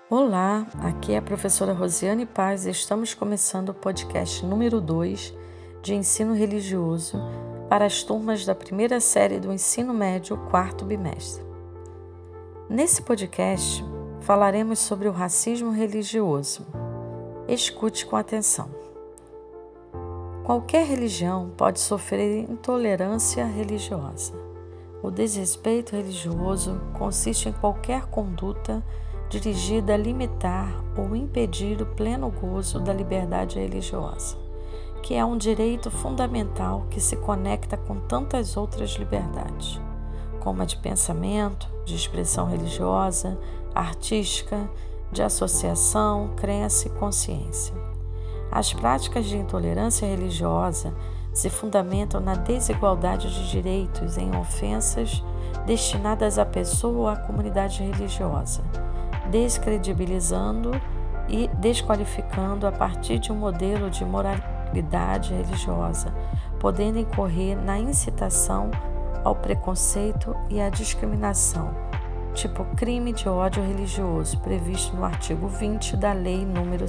Olá, aqui é a professora Rosiane Paz e estamos começando o podcast número 2 de ensino religioso para as turmas da primeira série do ensino médio, quarto bimestre. Nesse podcast, falaremos sobre o racismo religioso. Escute com atenção. Qualquer religião pode sofrer intolerância religiosa. O desrespeito religioso consiste em qualquer conduta dirigida a limitar ou impedir o pleno gozo da liberdade religiosa, que é um direito fundamental que se conecta com tantas outras liberdades, como a de pensamento, de expressão religiosa, artística, de associação, crença e consciência. As práticas de intolerância religiosa se fundamentam na desigualdade de direitos em ofensas destinadas à pessoa ou à comunidade religiosa, descredibilizando e desqualificando a partir de um modelo de moralidade religiosa, podendo incorrer na incitação ao preconceito e à discriminação, tipo crime de ódio religioso, previsto no artigo 20 da Lei nº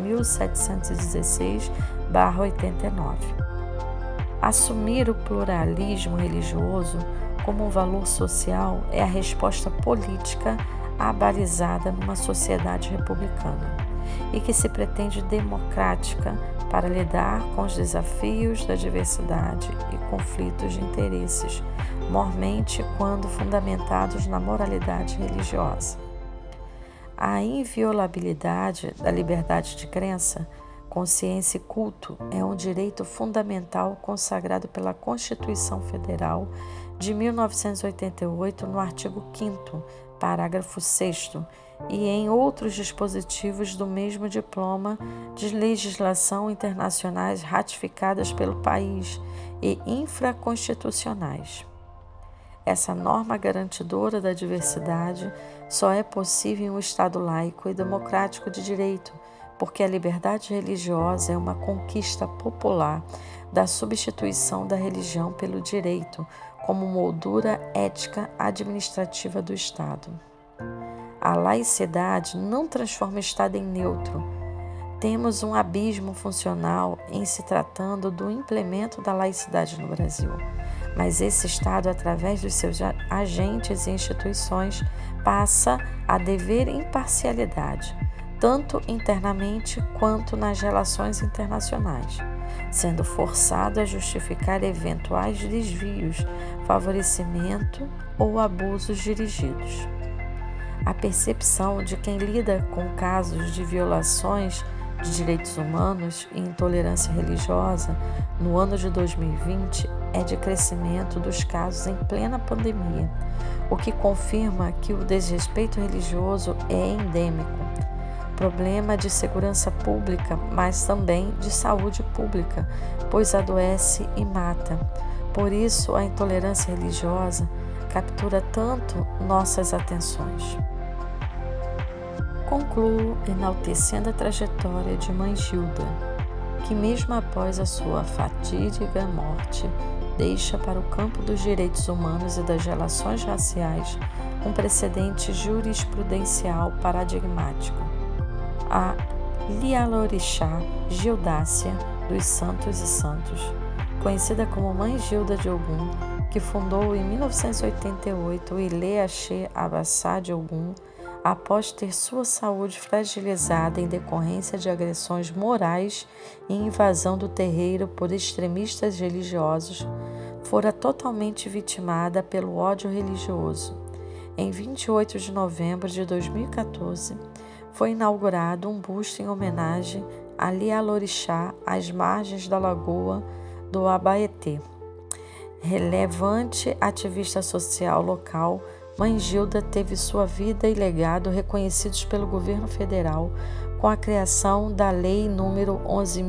7.716/89. Assumir o pluralismo religioso como um valor social é a resposta política abalizada numa sociedade republicana e que se pretende democrática para lidar com os desafios da diversidade e conflitos de interesses, mormente quando fundamentados na moralidade religiosa. A inviolabilidade da liberdade de crença, consciência e culto é um direito fundamental consagrado pela Constituição Federal de 1988 no artigo 5º, parágrafo 6º, e em outros dispositivos do mesmo diploma de legislação internacionais ratificadas pelo país e infraconstitucionais. Essa norma garantidora da diversidade só é possível em um Estado laico e democrático de direito, porque a liberdade religiosa é uma conquista popular da substituição da religião pelo direito como moldura ética administrativa do Estado. A laicidade não transforma o Estado em neutro. Temos um abismo funcional em se tratando do implemento da laicidade no Brasil. Mas esse Estado, através dos seus agentes e instituições, passa a dever imparcialidade, tanto internamente quanto nas relações internacionais, sendo forçado a justificar eventuais desvios, favorecimento ou abusos dirigidos. A percepção de quem lida com casos de violações de direitos humanos e intolerância religiosa no ano de 2020 é de crescimento dos casos em plena pandemia, o que confirma que o desrespeito religioso é endêmico, problema de segurança pública, mas também de saúde pública, pois adoece e mata. Por isso, a intolerância religiosa captura tanto nossas atenções. Concluo enaltecendo a trajetória de Mãe Gilda, que mesmo após a sua fatídica morte, deixa para o campo dos direitos humanos e das relações raciais um precedente jurisprudencial paradigmático. A Lialorixá Gildácia dos Santos e Santos, conhecida como Mãe Gilda de Ogum, que fundou em 1988 o Ilê Axé Abassá de Ogum, após ter sua saúde fragilizada em decorrência de agressões morais e invasão do terreiro por extremistas religiosos, fora totalmente vitimada pelo ódio religioso. Em 28 de novembro de 2014, foi inaugurado um busto em homenagem a Lialorixá às margens da Lagoa do Abaeté. Relevante ativista social local, Mãe Gilda teve sua vida e legado reconhecidos pelo governo federal com a criação da Lei nº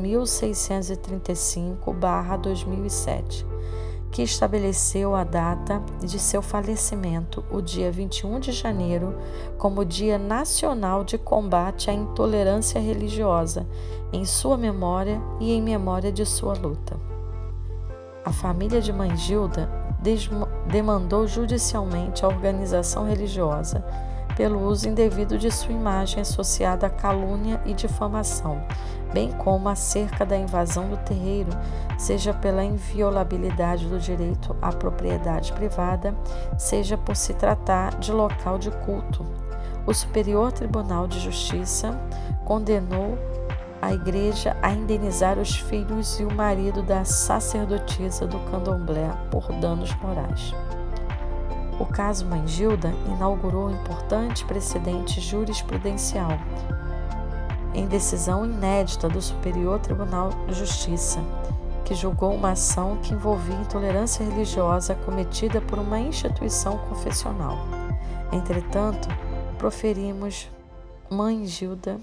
11.635/2007, que estabeleceu a data de seu falecimento, o dia 21 de janeiro, como Dia Nacional de Combate à Intolerância Religiosa, em sua memória e em memória de sua luta. A família de Mãe Gilda demandou judicialmente a organização religiosa pelo uso indevido de sua imagem associada à calúnia e difamação, bem como acerca da invasão do terreiro, seja pela inviolabilidade do direito à propriedade privada, seja por se tratar de local de culto. O Superior Tribunal de Justiça condenou a Igreja a indenizar os filhos e o marido da sacerdotisa do candomblé por danos morais. O caso Mãe Gilda inaugurou um importante precedente jurisprudencial, em decisão inédita do Superior Tribunal de Justiça, que julgou uma ação que envolvia intolerância religiosa cometida por uma instituição confessional. Entretanto, preferiríamos Mãe Gilda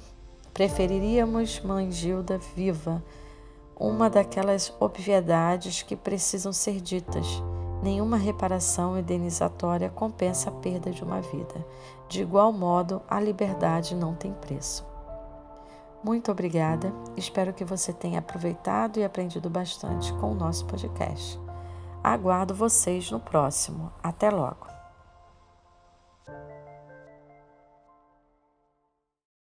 viva, uma daquelas obviedades que precisam ser ditas. Nenhuma reparação indenizatória compensa a perda de uma vida. De igual modo, a liberdade não tem preço. Muito obrigada. Espero que você tenha aproveitado e aprendido bastante com o nosso podcast. Aguardo vocês no próximo. Até logo!